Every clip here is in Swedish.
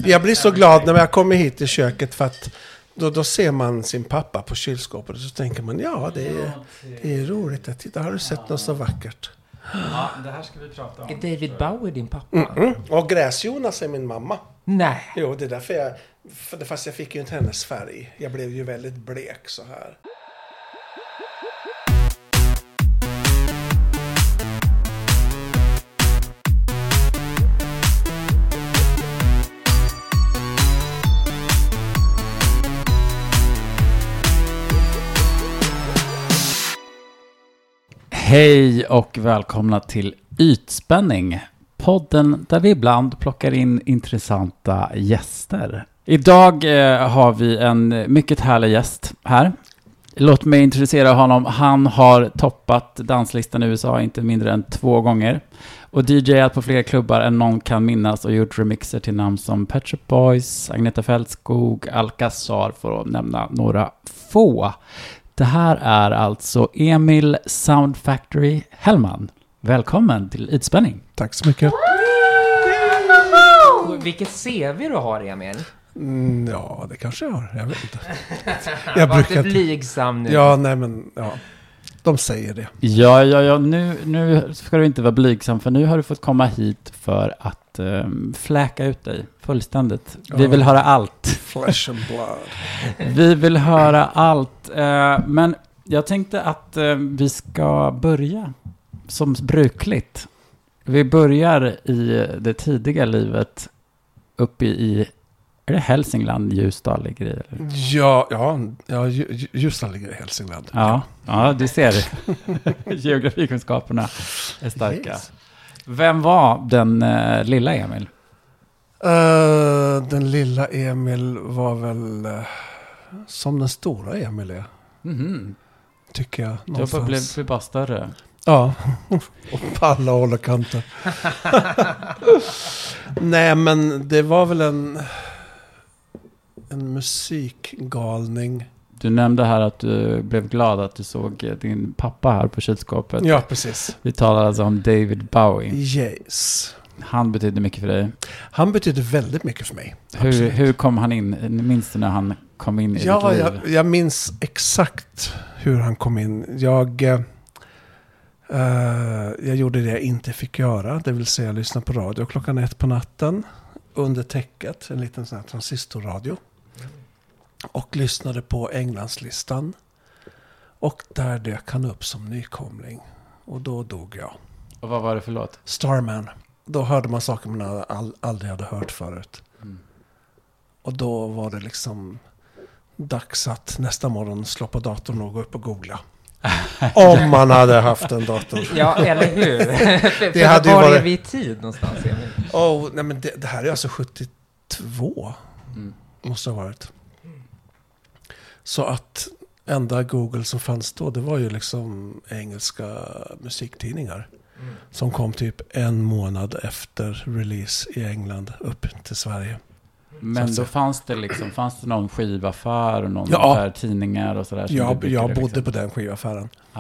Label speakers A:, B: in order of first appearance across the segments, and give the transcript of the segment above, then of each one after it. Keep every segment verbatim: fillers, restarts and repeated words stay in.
A: Jag blir så glad när jag kommer hit till köket för att då, då ser man sin pappa på kylskåpet och så tänker man, ja, det är, det är roligt att titta. Har du sett något så vackert?
B: Ja, det här ska vi prata om.
C: Är David Bowie din pappa?
A: Mm-mm. Och Gräs-Jonas är min mamma.
C: Nej.
A: Jo, det är därför jag... För, fast jag fick ju inte hennes färg. Jag blev ju väldigt blek så här.
B: Hej och välkomna till Ytspänning, podden där vi ibland plockar in intressanta gäster. Idag eh, har vi en mycket härlig gäst här. Låt mig introducera honom. Han har toppat danslistan i U S A inte mindre än två gånger. Och D Jat på fler klubbar än någon kan minnas och gjort remixer till namn som Pet Shop Boys, Agneta Fältskog, Alcazar för att nämna några få. Det här är alltså Emil Sound Factory Hellman. Välkommen till Ytspänning.
A: Tack så mycket.
C: Vilket C V du har, Emil.
A: Mm, ja, det kanske jag har. Jag vet inte.
C: Jag var inte blygsam nu.
A: Ja, nej men, ja. De säger det.
B: Ja, ja, ja. Nu, nu ska du inte vara blygsam för nu har du fått komma hit för att um, fläka ut dig fullständigt. Ja. Vi vill höra allt.
A: Flesh and blood.
B: Vi vill höra allt. Uh, men jag tänkte att uh, vi ska börja som brukligt. Vi börjar i det tidiga livet uppe i, är det Hälsingland Ljusdal ligger i? Eller?
A: Ja, ja, ja, Ljusdal ligger i Hälsingland.
B: Ja, ja, du ser. Geografikunskaperna är starka. Yes. Vem var den uh, lilla Emil?
A: Uh, den lilla Emil var väl uh, som den stora Emil är.
B: Mm-hmm.
A: Tycker jag.
B: Någonstans. Jag blev, blev bara större.
A: Ja, och på alla håll och kanter. Nej, men det var väl en, en musikgalning.
B: Du nämnde här att du blev glad att du såg din pappa här på kylskåpet.
A: Ja, precis.
B: Vi talade alltså om David Bowie.
A: Yes.
B: Han betyder mycket för dig.
A: Han betyder väldigt mycket för mig.
B: Hur, hur kom han in? Minns du när han kom in i
A: ja,
B: ditt liv?
A: Jag, jag minns exakt hur han kom in. Jag... Uh, jag gjorde det jag inte fick göra, det vill säga lyssna på radio klockan ett på natten under täcket, en liten sån här transistorradio, och lyssnade på Englandslistan, och där dök han upp som nykomling, och då dog jag.
B: Och vad var det för låt?
A: Starman. Då hörde man saker man all, aldrig hade hört förut. Mm. Och då var det liksom dags att nästa morgon slå på datorn och gå upp och googla. Om man hade haft en dator.
C: Ja, eller hur? för,
A: det hade
C: var
A: varit...
C: är vi i tid någonstans?
A: Oh, nej, men det, det här är alltså sjuttiotvå. Mm. Måste ha varit. Så att enda Google som fanns då, det var ju liksom engelska musiktidningar. Mm. Som kom typ en månad efter release i England upp till Sverige.
B: Men då fanns det liksom, fanns det någon skivaffär och någon ja. där tidningar och sådär?
A: Ja, jag bodde liksom på den skivaffären. Ah.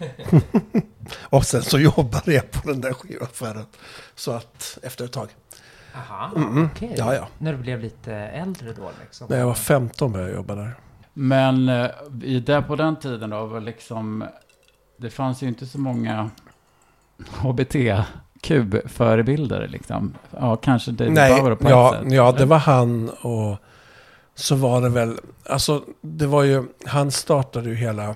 A: Och sen så jobbade jag på den där skivaffären. Så att efter ett tag.
C: Aha,
A: mm-hmm.
C: okej. Okay.
A: Ja, ja.
C: När du blev lite äldre då liksom?
A: När jag var femton började jag jobba där.
B: Men i där på den tiden då var liksom, det fanns ju inte så många H B T Q-förebilder liksom. Ja, kanske David Bowie på
A: ja,
B: ett sätt.
A: Ja, det var han, och så var det väl, alltså det var ju, han startade ju hela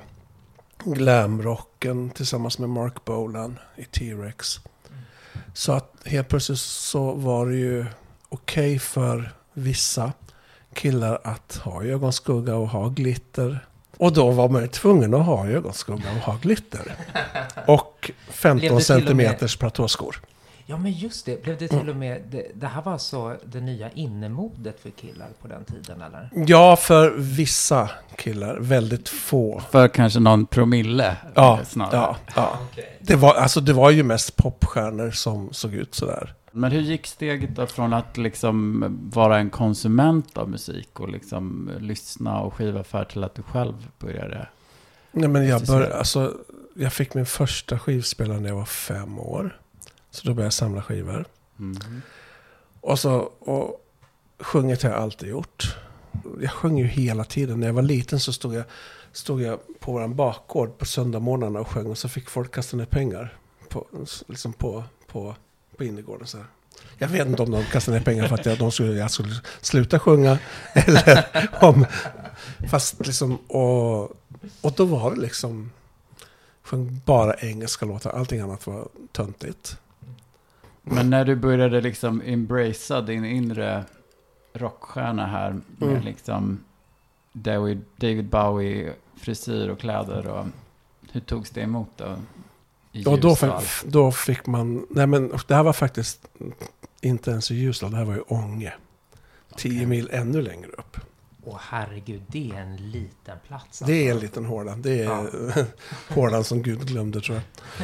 A: glamrocken tillsammans med Mark Bolan i T-Rex. Mm. Så att helt plötsligt så var det ju okej okay för vissa killar att ha ögonskugga och ha glitter. Och då var man ju tvungen att ha ögonskugga och ha glitter. Och femton centimeters platåskor.
C: Ja, men just det. Blev det till mm. och med... Det, det här var alltså det nya innemodet för killar på den tiden, eller?
A: Ja, för vissa killar. Väldigt få.
B: För kanske någon promille.
A: Ja,
B: snarare.
A: ja, ja. Okay. Det, var, alltså, det var ju mest popstjärnor som såg ut sådär.
B: Men hur gick steget då från att liksom vara en konsument av musik och liksom lyssna och skivaffär till att du själv började?
A: Nej, men jag, började, alltså, jag fick min första skivspelare när jag var fem år. Så då började jag samla skivor. Mm. Och, så, och sjungit har jag alltid gjort. Jag sjöng ju hela tiden. När jag var liten så stod jag, stod jag på vår bakgård på söndagmorgnarna och sjöng. Och så fick folk kasta ner pengar på, liksom på, på, på innergården. Så här. Jag vet inte om de kastade ner pengar för att jag, de skulle, jag skulle sluta sjunga. Eller om... Fast liksom... Och, och då var det liksom... Sjöng bara engelska låtar. Allting annat var töntigt.
B: Men när du började liksom embracea din inre rockstjärna här med
A: Mm.
B: liksom David, David Bowie frisyr och kläder och hur togs det emot då? I
A: Och då
B: Ljusdal?
A: fick, då fick man... Nej men det här var faktiskt inte ens i Ljusdal. Det här var ju Ånge. Tio
B: Okej.
A: mil ännu längre upp.
C: Åh herregud, det är en liten plats. Alltså.
A: Det är en liten hårdan. Det är
C: Ja.
A: hårdan som Gud glömde, tror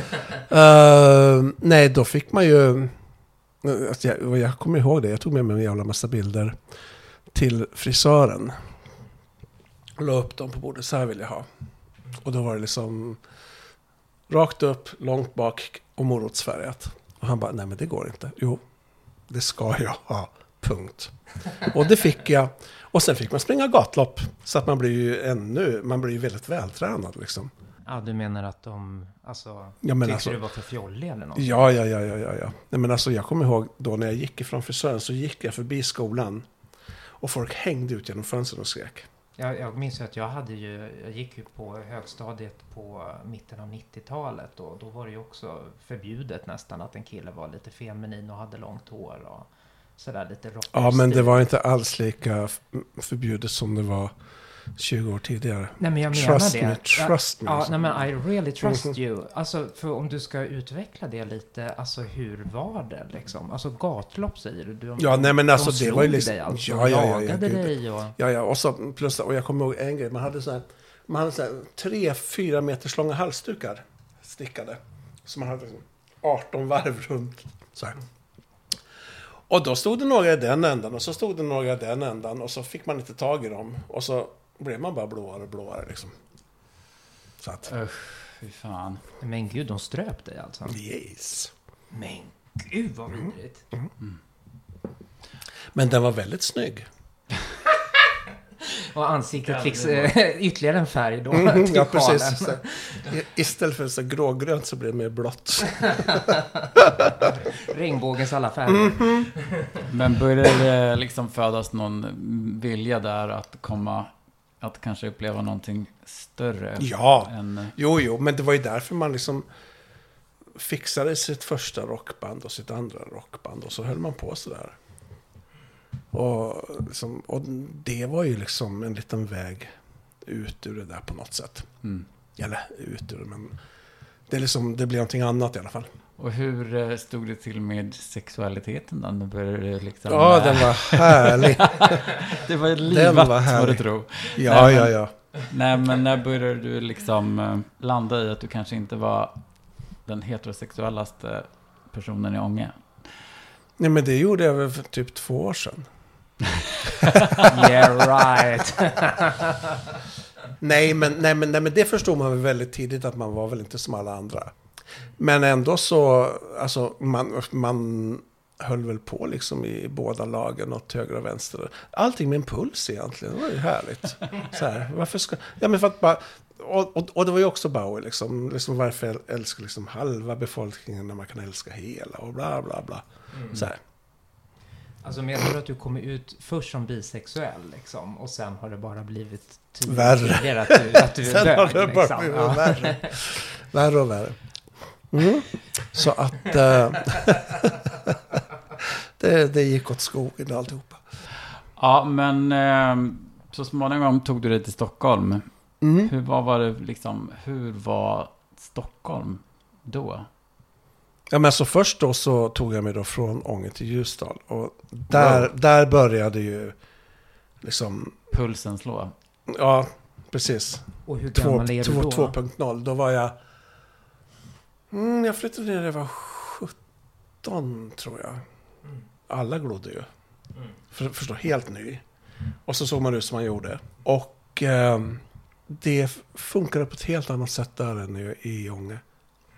A: jag. uh, nej, då fick man ju... Alltså jag, jag kommer ihåg det. Jag tog med mig en jävla massa bilder till frisören. La upp dem på bordet. Så här vill jag ha. Och då var det liksom rakt upp, långt bak och morotsfärgat. Och han bara, nej men det går inte. Jo, det ska jag ha. Punkt. Och det fick jag. Och sen fick man springa gatlopp. Så att man blir ju ännu, man blir ju väldigt vältränad liksom.
C: Ja, du menar att de, alltså,
A: Ja, men
C: tyckte
A: alltså-
C: du var för fjollig eller något?
A: Ja, ja, ja, ja, ja, ja. Nej, men alltså jag kommer ihåg då när jag gick ifrån frisören så gick jag förbi skolan. Och folk hängde ut genom fönstret och skrek.
C: Jag, jag minns ju att jag hade ju, jag gick ju på högstadiet på mitten av nittiotalet och då var det ju också förbjudet nästan att en kille var lite feminin och hade långt hår och sådär lite rockig
A: Ja, men det
C: stil.
A: var inte alls lika f- förbjudet som det var tjugo år tidigare.
C: Nej, men jag menar
A: Trust
C: det.
A: me, trust me.
C: Ja, nej, men I really trust
A: Mhm.
C: you. Alltså, för om du ska utveckla det lite, alltså hur var det liksom? Alltså gatlopp säger du. du
A: Ja, nej men alltså
C: de
A: det var ju
C: slog
A: liksom...
C: dig alltså,
A: ja, ja, ja, ja,
C: jagade
A: gud.
C: dig och...
A: Ja, ja, och så plus, och jag kommer ihåg en grej. Man hade så här, man hade så här tre, fyra meters långa halsdukar stickade. Så man hade liksom arton varv runt så här. Och då stod det några i den ändan och så stod det några i den ändan och så fick man inte tag i dem. Och så blev man bara blåare och blåare liksom. Så att,
B: Usch, fy fan.
C: Men gud, de ströp dig alltså.
A: yes.
C: Men gud vad vidrigt.
A: Men den var väldigt snygg.
C: Och ansiktet fick eh, ytterligare en färg då.
A: Mm,
C: till
A: ja,
C: sjalen.
A: precis. Så, i- istället för så grågrönt så blev det mer blått.
C: Regnbågens alla färger.
A: Mm.
B: Men började det liksom födas någon vilja där att komma, att kanske uppleva någonting större?
A: Ja.
B: Än,
A: Jo, jo, men det var ju därför man liksom fixade sitt första rockband och sitt andra rockband. Och så höll man på sådär. Och, liksom, och det var ju liksom en liten väg ut ur det där på något sätt.
B: mm.
A: Eller ut ur det, men det, är liksom, det blev någonting annat i alla fall.
B: Och hur eh, stod det till med sexualiteten då? Nu började det liksom...
A: Ja,
B: eh,
A: den var härlig.
B: det var
A: Den
B: livat,
A: var
B: vad
A: härlig.
B: du tror.
A: Ja,
B: Nej,
A: ja,
B: men-
A: ja.
B: Nej, men när började du liksom eh, landa i att du kanske inte var den heterosexuellaste personen i Ånge?
A: Nej, men det gjorde jag väl för typ två år sedan.
C: Yeah right.
A: Nej men, nej, men, nej, men det förstod man väl väldigt tidigt att man var väl inte som alla andra. Men ändå så, alltså man, man höll väl på liksom i båda lagen åt höger och vänster. Allting med en puls egentligen, det var ju härligt. Så här, varför ska, ja men för att bara, och, och, och det var ju också Bowie liksom, liksom varför jag älskar liksom halva befolkningen när man kan älska hela och bla bla bla.
C: Mm.
A: Så här.
C: Alltså menar du att du kommer ut först som bisexuell liksom, och sen har det bara blivit tydligt
A: Värre.
C: tydligare att du, att du är
A: Sen har
C: bög
A: det bara
C: liksom?
A: blivit
C: Ja.
A: värre. Värre och värre. Mm. Så att äh, det, det gick åt skogen alltihopa.
B: Ja, men eh, så småningom tog du dig till Stockholm.
A: Mm.
B: Hur var, var det liksom, hur var Stockholm då?
A: Ja, men så först då så tog jag mig då från Ånge till Ljusdal. Och där,
B: Wow.
A: där började ju liksom,
B: Pulsen slå.
A: ja precis.
C: Och hur
A: två
C: gammal är du då?
A: två punkt noll. Då var jag, mm, jag flyttade ner när jag var sjutton tror jag. Alla glodde ju. För, förstå, helt ny. Och så såg man ut som man gjorde. Och eh, det funkade på ett helt annat sätt där än i, i Ånge.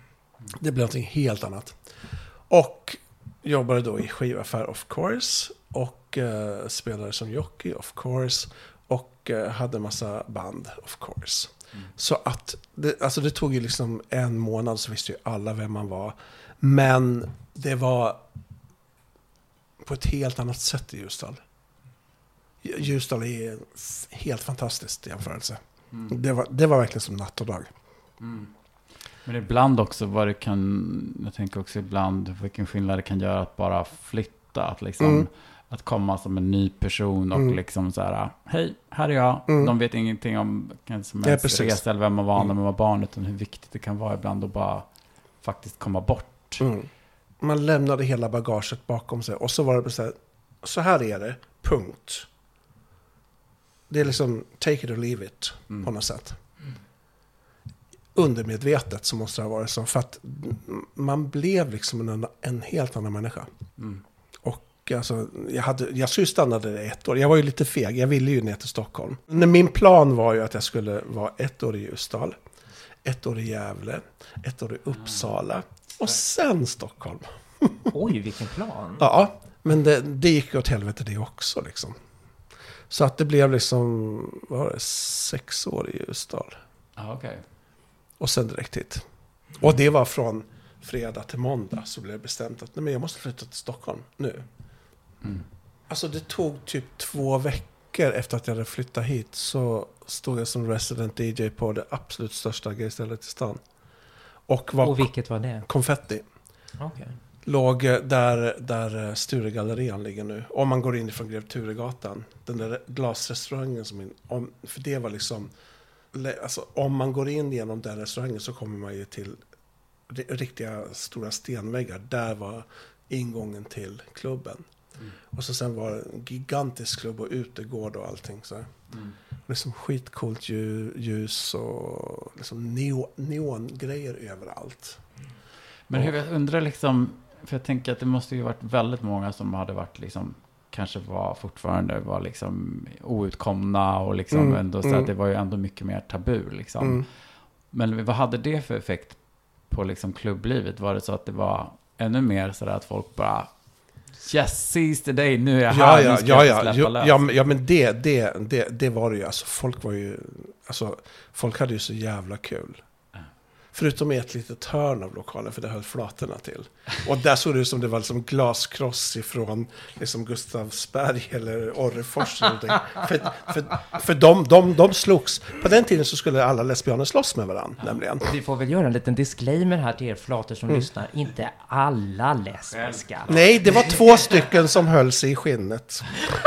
A: Det blev någonting helt annat. Och jobbade då i skivaffär of course. och uh, spelade som jockey, of course. Och uh, hade massa band, of course. Mm. Så att det, alltså det tog ju liksom en månad så visste ju alla vem man var. Men det var på ett helt annat sätt i Ljusdal. Ljusdal är helt fantastiskt i jämförelse. Mm. Det, var, det var verkligen som natt och dag.
B: Mm. Men ibland också vad det kan, jag tänker också ibland vilken skillnad det kan göra att bara flytta, att liksom mm. att komma som en ny person och mm. liksom så här, hej, här är jag. Mm. De vet ingenting om kanske som ens resa eller vem man var när man var barn, utan hur viktigt det kan vara ibland att bara faktiskt komma bort.
A: Mm. Man lämnade hela bagaget bakom sig och så var det så här, så här är det, punkt. Det är liksom take it or leave it mm. på något sätt. Mm. Undermedvetet så måste det ha varit så. För att man blev liksom en, en helt annan människa. Mm. Och alltså, jag, hade, jag skulle stanna där ett år. Jag var ju lite feg. Jag ville ju ner till Stockholm. Men min plan var ju att jag skulle vara ett år i Ljusdal. Ett år i Gävle. Ett år i Uppsala. Och sen Stockholm.
C: Oj, vilken plan.
A: Ja, men det, det gick åt helvete det också liksom. Så att det blev liksom, vad var det, sex år i Ljusdal.
B: Ah, okay.
A: Och sen direkt hit. Och det var från fredag till måndag så blev det bestämt att nej, men jag måste flytta till Stockholm nu. Mm. Alltså det tog typ två veckor efter att jag hade flyttat hit så stod jag som resident D J på det absolut största gaystället i stan. Och, var
C: och vilket var det?
A: Konfetti.
C: Okay.
A: Låg där, där Sturegallerian ligger nu. Om man går in från Grev Turegatan. Den där glasrestaurangen som in, om, för det var liksom alltså, om man går in genom den restaurangen så kommer man ju till riktiga stora stenväggar. Där var ingången till klubben. Mm. Och så sen var det en gigantisk klubb och utegård och allting så. Mm. Och liksom skitcoolt ljus och liksom neo, neongrejer överallt.
B: Men hur, jag undrar liksom, för jag tänker att det måste ju varit väldigt många som hade varit liksom, kanske var fortfarande var liksom outkomna och liksom mm, ändå så mm. att det var ju ändå mycket mer tabu liksom. Mm. Men vad hade det för effekt på liksom klubblivet? Var det så att det var ännu mer så där att folk bara yes, seize the day, nu är jag här,
A: ja,
B: nu ska
A: ja,
B: jag
A: ja,
B: släppa
A: ja,
B: lös.
A: ja, ja, men det, det, det, det var det ju, alltså folk var ju, alltså folk hade ju så jävla kul. Förutom ett litet hörn av lokalen, för det höll flatorna till. Och där såg det ut som det var liksom glaskross ifrån liksom Gustavsberg eller Orrefors. Eller för för, för de, de, de slogs. På den tiden så skulle alla lesbianer slåss med varandra, ja. Nämligen.
C: Vi får väl göra en liten disclaimer här till er flator som mm. lyssnar. Inte alla lesbiska.
A: Nej, det var två stycken som höll sig i skinnet.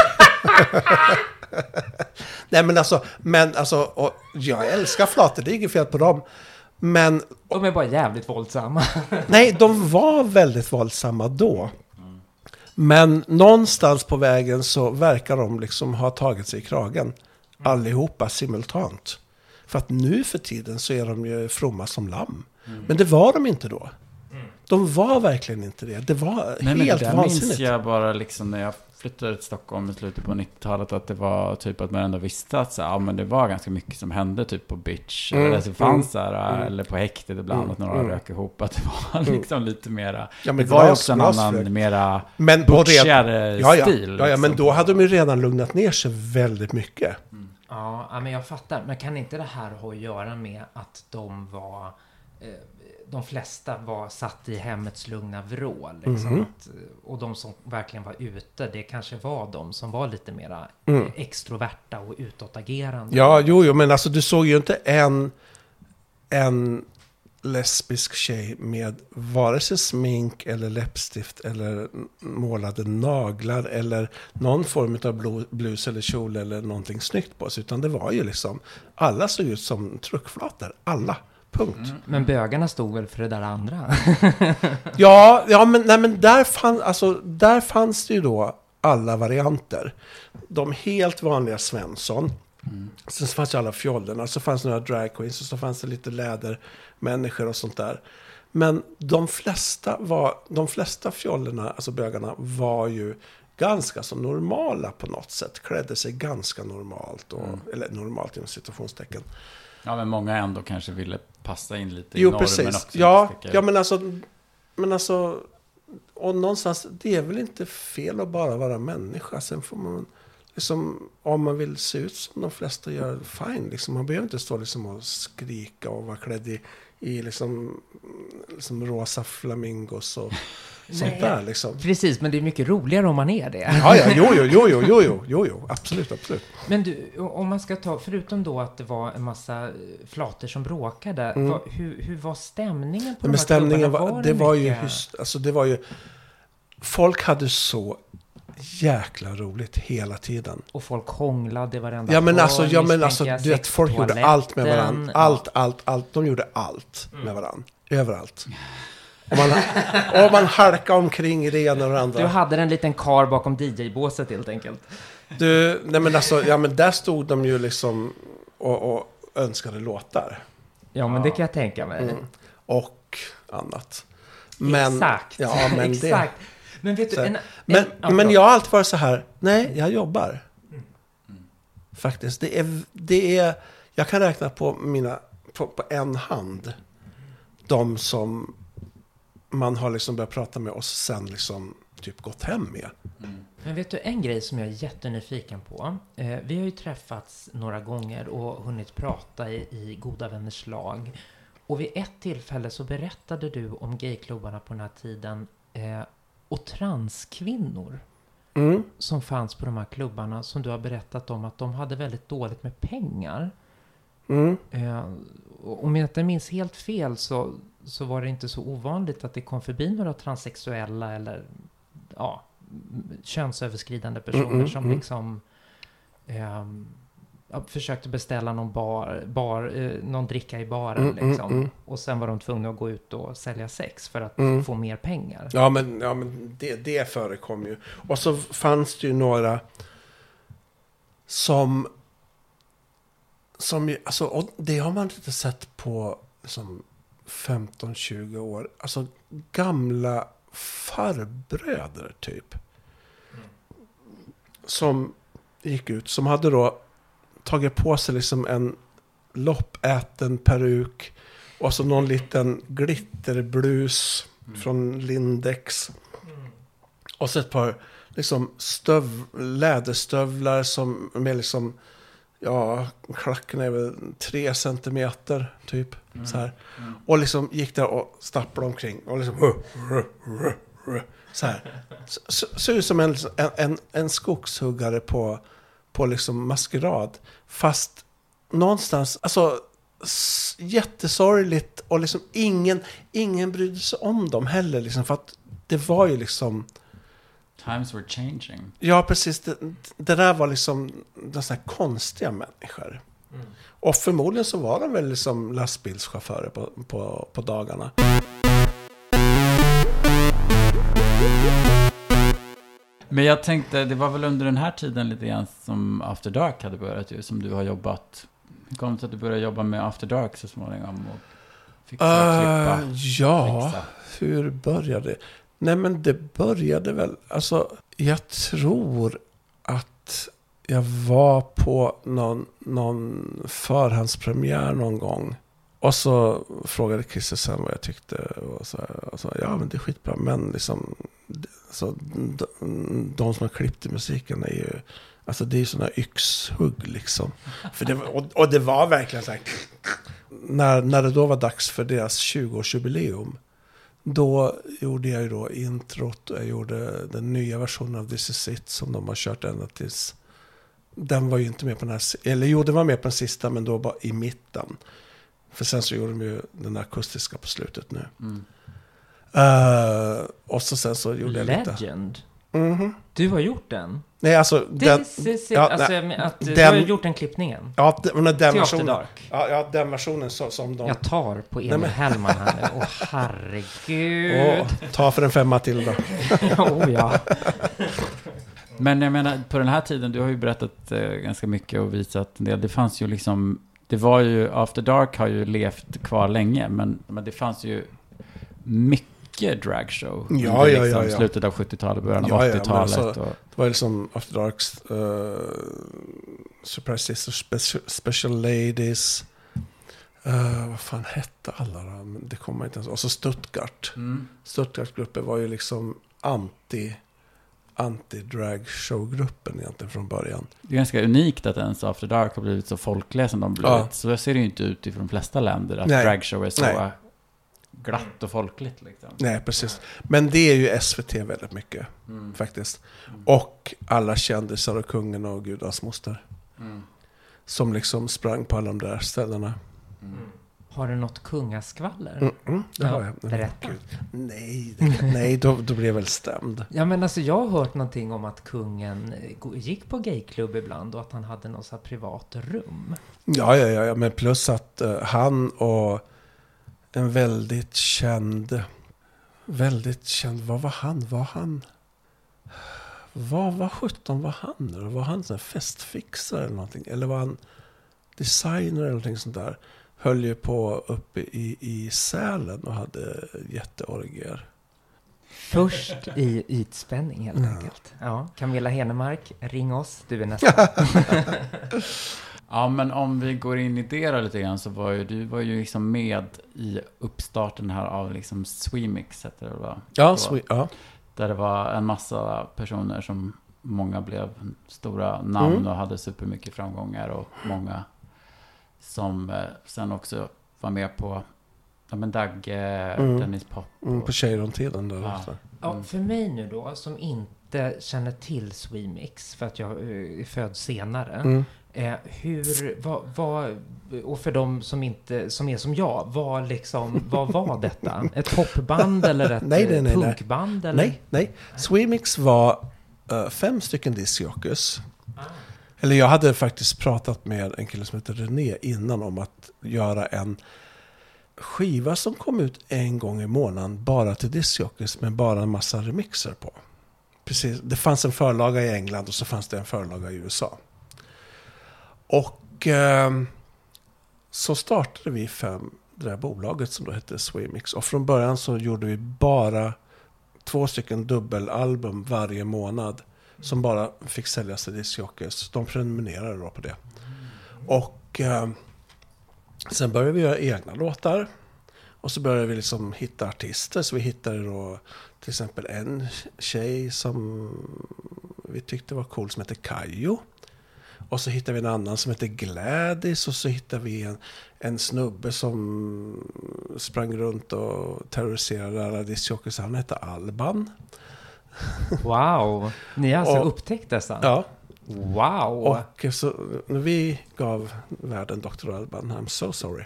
A: Nej, men alltså, men alltså och jag älskar flator, det är inget fel på dem. Men,
C: de är bara jävligt våldsamma.
A: Nej, de var väldigt våldsamma då. Mm. Men någonstans på vägen så verkar de liksom ha tagit sig i kragen. Mm. Allihopa simultant. För att nu för tiden så är de ju fromma som lamm. Mm. Men det var de inte då. Mm. De var verkligen inte det. Det var Nej, helt
B: men det
A: vansinnigt.
B: Minns jag bara liksom när jag flyttade till Stockholm i slutet på nittiotalet att det var typ att man ändå visste att så, ja, men det var ganska mycket som hände typ på Bitch mm. eller så fanns mm. där, mm. eller på häktet ibland mm. att några mm. rök ihop, att det var liksom lite mera
A: ja, men
B: det var ju också en annan frökt. Mera butchigare
A: ja, ja.
B: stil.
A: Ja, ja,
B: liksom.
A: Men då hade de ju redan lugnat ner sig väldigt mycket.
C: Mm. Ja, men jag fattar. Men kan inte det här ha att göra med att de var eh, de flesta var satt i hemmets lugna vrå liksom, mm. att, och de som verkligen var ute, det kanske var de som var lite mera mm. extroverta och utåtagerande.
A: Ja, jo, jo, men alltså du såg ju inte en en lesbisk tjej med vare sig smink eller läppstift eller målade naglar eller någon form av blus eller kjol eller någonting snyggt på sig, utan det var ju liksom alla såg ut som truckflator, alla. Punkt. Mm.
C: Men bögarna stod väl för det där andra?
A: ja, ja, men, nej, men där, fann, alltså, där fanns det ju då alla varianter. De helt vanliga Svensson. Mm. Sen fanns ju alla fjollerna. Så fanns det några drag queens och så fanns det lite lädermänniskor och sånt där. Men de flesta, var, de flesta fjollerna, alltså bögarna, var ju ganska så normala på något sätt. Klädde sig ganska normalt. Och, mm. Eller normalt inom situationstecken.
B: Ja, men många ändå kanske ville passa in lite
A: jo,
B: i normen
A: precis.
B: också.
A: Ja, ja, men alltså, men alltså och någonstans, det är väl inte fel att bara vara människa. Sen får man, liksom, om man vill se ut som de flesta gör, fine. Liksom, man behöver inte stå liksom och skrika och vara klädd i, i liksom, liksom rosa flamingos och sånt där. Liksom.
C: Precis, men det är mycket roligare om man är det.
A: Ja, ja, jo, jo, jo, jo, jo, jo, jo, jo, absolut, absolut.
C: Men du, om man ska ta, förutom då att det var en massa flater som bråkade,
A: Mm.
C: vad, hur, hur var stämningen på
A: Men
C: de här
A: stämningen
C: klubbarna?
A: var,
C: Var
A: det var ju,
C: mycket-
A: hyst, alltså det var ju, folk hade så jäkla roligt hela tiden.
C: Och folk hånglade varenda
A: Ja men
C: hörn,
A: alltså, ja, men alltså
C: misstänker
A: du
C: jag,
A: vet, folk gjorde
C: sextoaletten.
A: allt med varandra.
C: Ja.
A: Allt, allt, allt. De gjorde allt med varandra. Överallt. Och man, och man halkade omkring i det ena och det andra.
C: Du hade en liten kar bakom D J-båset helt enkelt.
A: Du, nej men alltså, ja men där stod de ju liksom och, och önskade låtar.
C: Ja, men det kan jag tänka mig.
A: Mm. Och annat. Men,
C: Exakt.
A: Ja, men
C: Exakt.
A: det...
C: Men vet du,
A: Så,
C: en,
A: men,
C: en, ja,
A: men
C: förlåt.
A: jag har alltid varit så här, nej, jag jobbar. Faktiskt, det är, det är, jag kan räkna på mina, på, på en hand, de som man har liksom börjat prata med och sen liksom typ gått hem med.
B: Mm.
C: Men vet du, en grej som jag är jättenyfiken på. Eh, vi har ju träffats några gånger och hunnit prata i, i goda vänners lag. Och vid ett tillfälle så berättade du om gayklubbarna på den här tiden eh, och transkvinnor
A: Mm.
C: som fanns på de här klubbarna, som du har berättat om att de hade väldigt dåligt med pengar.
A: Mm.
C: Eh, och om jag inte minns helt fel så, så var det inte så ovanligt att det kom förbi några transsexuella eller ja, könsöverskridande personer
A: Mm, mm,
C: som
A: mm.
C: liksom ehm, ja, försökte beställa någon, bar, bar, eh, någon dricka i baren
A: Mm, mm,
C: liksom.
A: mm.
C: Och sen var de tvungna att gå ut och sälja sex för att
A: Mm.
C: få mer pengar.
A: Ja, men, ja, men det, det förekom ju. Och så fanns det ju några som, som ju, alltså, och det har man inte sett på liksom, femton tjugo år. Alltså gamla farbröder typ. Som gick ut, som hade då tagit på sig liksom en loppäten peruk och så någon liten glitterblus
B: Mm.
A: från Lindex. Och så ett par liksom stöv, läderstövlar som med liksom, ja, klacken är väl tre centimeter typ.
B: Mm.
A: Så här.
B: Mm.
A: Och liksom gick där och stapplade omkring. Och liksom, uh, uh, uh, uh, så här. Så, så, så ut som en, en, en, en skogshuggare på, på liksom maskerad. Fast någonstans, alltså s- jättesorgligt. Och liksom ingen, ingen brydde sig om dem heller. Liksom, för att det var ju liksom...
B: Times were changing.
A: Ja, precis. Det, det där var liksom de såna här konstiga människor.
C: Mm.
A: Och förmodligen så var de väl liksom lastbilschaufförer på, på, på dagarna.
B: Men jag tänkte, det var väl under den här tiden lite grann som After Dark hade börjat ju, som du har jobbat. Hur kom det att du började jobba med After Dark så småningom och fixa,
A: Uh,
B: klippa,
A: ja,
B: fixa?
A: hur började det? Nej, men det började väl... Alltså, jag tror att jag var på någon, någon förhandspremiär någon gång. Och så frågade Christer sen vad jag tyckte. Och så, och så, ja, men det är skitbra. Men liksom... Så, de, de som har klippt i musiken är ju... Alltså det är ju sådana yxhugg liksom. För det, och, och det var verkligen så här... När, när det då var dags för deras tjugo-årsjubileum. Då gjorde jag ju då introt och jag gjorde den nya versionen av This Is It som de har kört ända tills... Den var ju inte med på den här... Eller jo, den var med på den sista, men då bara i mitten. För sen så gjorde de ju den akustiska på slutet nu.
B: Mm.
A: Uh, och så sen så gjorde jag lite...
C: Legend.
A: Mhm.
C: Du har gjort den?
A: Nej, alltså... Den,
C: This is it.
A: ja,
C: alltså,
A: nej,
C: jag men- att, du
A: den-
C: har gjort den klippningen.
A: ja, den, den
C: Till After
A: versionen...
C: Dark.
A: Ja, ja, den versionen så, som de...
C: Jag tar på Emil
A: Nej, men-
C: Hellman här nu. Åh, herregud.
A: Åh, ta för en femma till då.
C: oh, ja.
B: Men jag menar, på den här tiden, du har ju berättat eh, ganska mycket och visat en del. Det fanns ju liksom, det var ju, After Dark har ju levt kvar länge, men, men det fanns ju mycket dragshow.
A: Ja,
B: under
A: ja,
B: liksom
A: ja, ja.
B: slutet av sjuttiotalet, början av
A: Ja, ja, men
B: åttiotalet.
A: alltså-
B: och,
A: Det var ju liksom After Darks, uh, Surprise Sisters, Special, Special Ladies, Uh, vad fan hette alla då? Det kommer inte ens. Och så Stuttgart.
B: Mm.
A: Stuttgart-gruppen var ju liksom anti anti-drag-show-gruppen egentligen från början.
B: Det är ganska unikt att ens After Dark har blivit så folklig som de blivit.
A: Ja.
B: Så ser det ju inte ut i de flesta länder att
A: Nej.
B: dragshow är så
A: Nej.
B: glatt och folkligt. Liksom.
A: Nej, precis. Men det är ju S V T väldigt mycket,
B: Mm.
A: faktiskt. Och alla kändisar och kungen och gudars moster.
B: Mm.
A: Som liksom sprang på alla de där ställena.
B: Mm.
C: Har du något kungaskvaller?
A: Mm, mm, det
C: Ja,
A: har jag.
C: berätta.
A: Gud. Nej, det kan, nej då, då blev jag väl stämd.
C: Ja, men alltså jag har hört någonting om att kungen gick på gayklubb ibland och att han hade något så här privat rum.
A: Ja, ja, ja, ja, men plus att uh, han och en väldigt känd, väldigt känd, vad var han? Var han? Vad var sjutton var han nu? Var han en festfixare eller någonting? Eller var han designer eller någonting sånt där? Höll ju på uppe i, i Sälen och hade jätteorgier.
C: Först i ytspänning helt
A: Ja.
C: enkelt. Ja, Camilla Henemark, ring oss, du är nästa.
B: Ja, men om vi går in i det då lite grann så var ju du var ju liksom med i uppstarten här av liksom Swemix heter det va?
A: Ja,
B: Så,
A: swe- ja.
B: där det var en massa personer som många blev stora namn
A: Mm.
B: och hade supermycket framgångar och många som eh, sen också var med på ja, men Dagge,
A: Mm.
B: Dennis Pop.
A: Mm,
B: Och,
A: på Cheiron-tiden där.
B: Ja.
A: Också.
C: Ja, för mig nu då, som inte känner till Swemix, för att jag eh, är född senare.
A: Mm.
C: Eh, hur, vad, vad, och för de som inte, som är som jag, vad liksom, vad var detta? Ett popband eller ett
A: Nej, nej, nej, nej.
C: punkband? Eller?
A: Nej, nej. Swemix var uh, fem stycken discjockeys. Eller jag hade faktiskt pratat med en kille som heter René innan om att göra en skiva som kom ut en gång i månaden bara till discjockeys med bara en massa remixer på. Precis. Det fanns en förlaga i England och så fanns det en förlaga i U S A. Och eh, så startade vi fem det där bolaget som då hette Swemix. Och från början så gjorde vi bara två stycken dubbelalbum varje månad som bara fick säljas till discjockeys. De prenumererade då på det. Och eh, sen började vi göra egna låtar. Och så började vi liksom hitta artister. Så vi hittade då till exempel en tjej som vi tyckte var cool som heter Kajo. Och så hittade vi en annan som heter Gladys. Och så hittade vi en, en snubbe som sprang runt och terroriserade alla discjockeys. Han hette Alban.
C: Wow, ni har alltså
A: Och-
C: upptäckt dessa?
A: Ja.
C: Wow!
A: Och så när vi gav världen doktor Alban, I'm so sorry.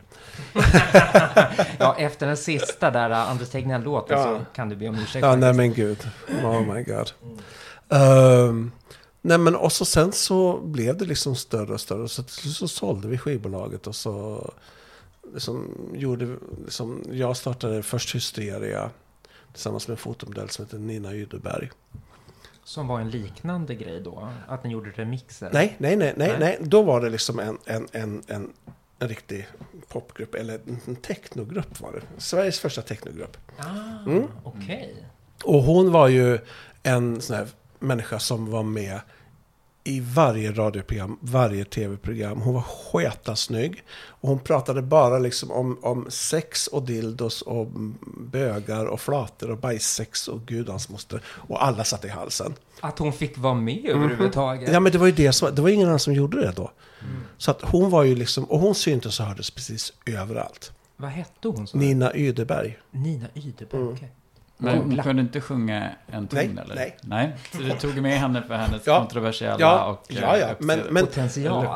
C: Ja, efter den sista där uh, Anders Tegnell-låten
A: Ja.
C: så kan du be om ursäkt.
A: Ja,
C: faktiskt.
A: nej men gud. Oh my god. Um, nej men och så sen så blev det liksom större och större. Så, så sålde vi skivbolaget och så liksom gjorde liksom, jag startade först Hysteria tillsammans med en fotomodell som heter Nina Yderberg.
C: Som var en liknande grej då? Att ni gjorde remixer?
A: Nej, nej, nej, nej,
C: Nej.
A: nej. Då var det liksom en, en, en, en, en riktig popgrupp, eller en technogrupp var det. Sveriges första technogrupp.
C: Ah,
A: Mm.
C: okej.
A: Och hon var ju en sån här människa som var med i varje radioprogram, varje tv-program. Hon var sketasnygg. Och hon pratade bara liksom om, om sex och dildos och bögar och flator och bajssex och gudans moster. Och alla satt i halsen.
C: Att hon fick vara med överhuvudtaget?
A: Ja, men det var ju det som, det var ingen annan som gjorde det då. Så att hon var ju liksom, och hon syntes och hördes precis överallt.
C: Vad hette hon? Så?
A: Nina Yderberg.
C: Nina Yderberg,
A: Mm.
C: okej.
B: Men hon
C: Googla.
B: kunde inte sjunga en ton
A: Nej,
B: eller?
A: nej.
B: Nej. Så du tog med henne för hennes
A: Ja.
B: kontroversiella
A: Ja,
B: och...
A: ja, ja.
B: eh,
A: Men, men
C: Potential.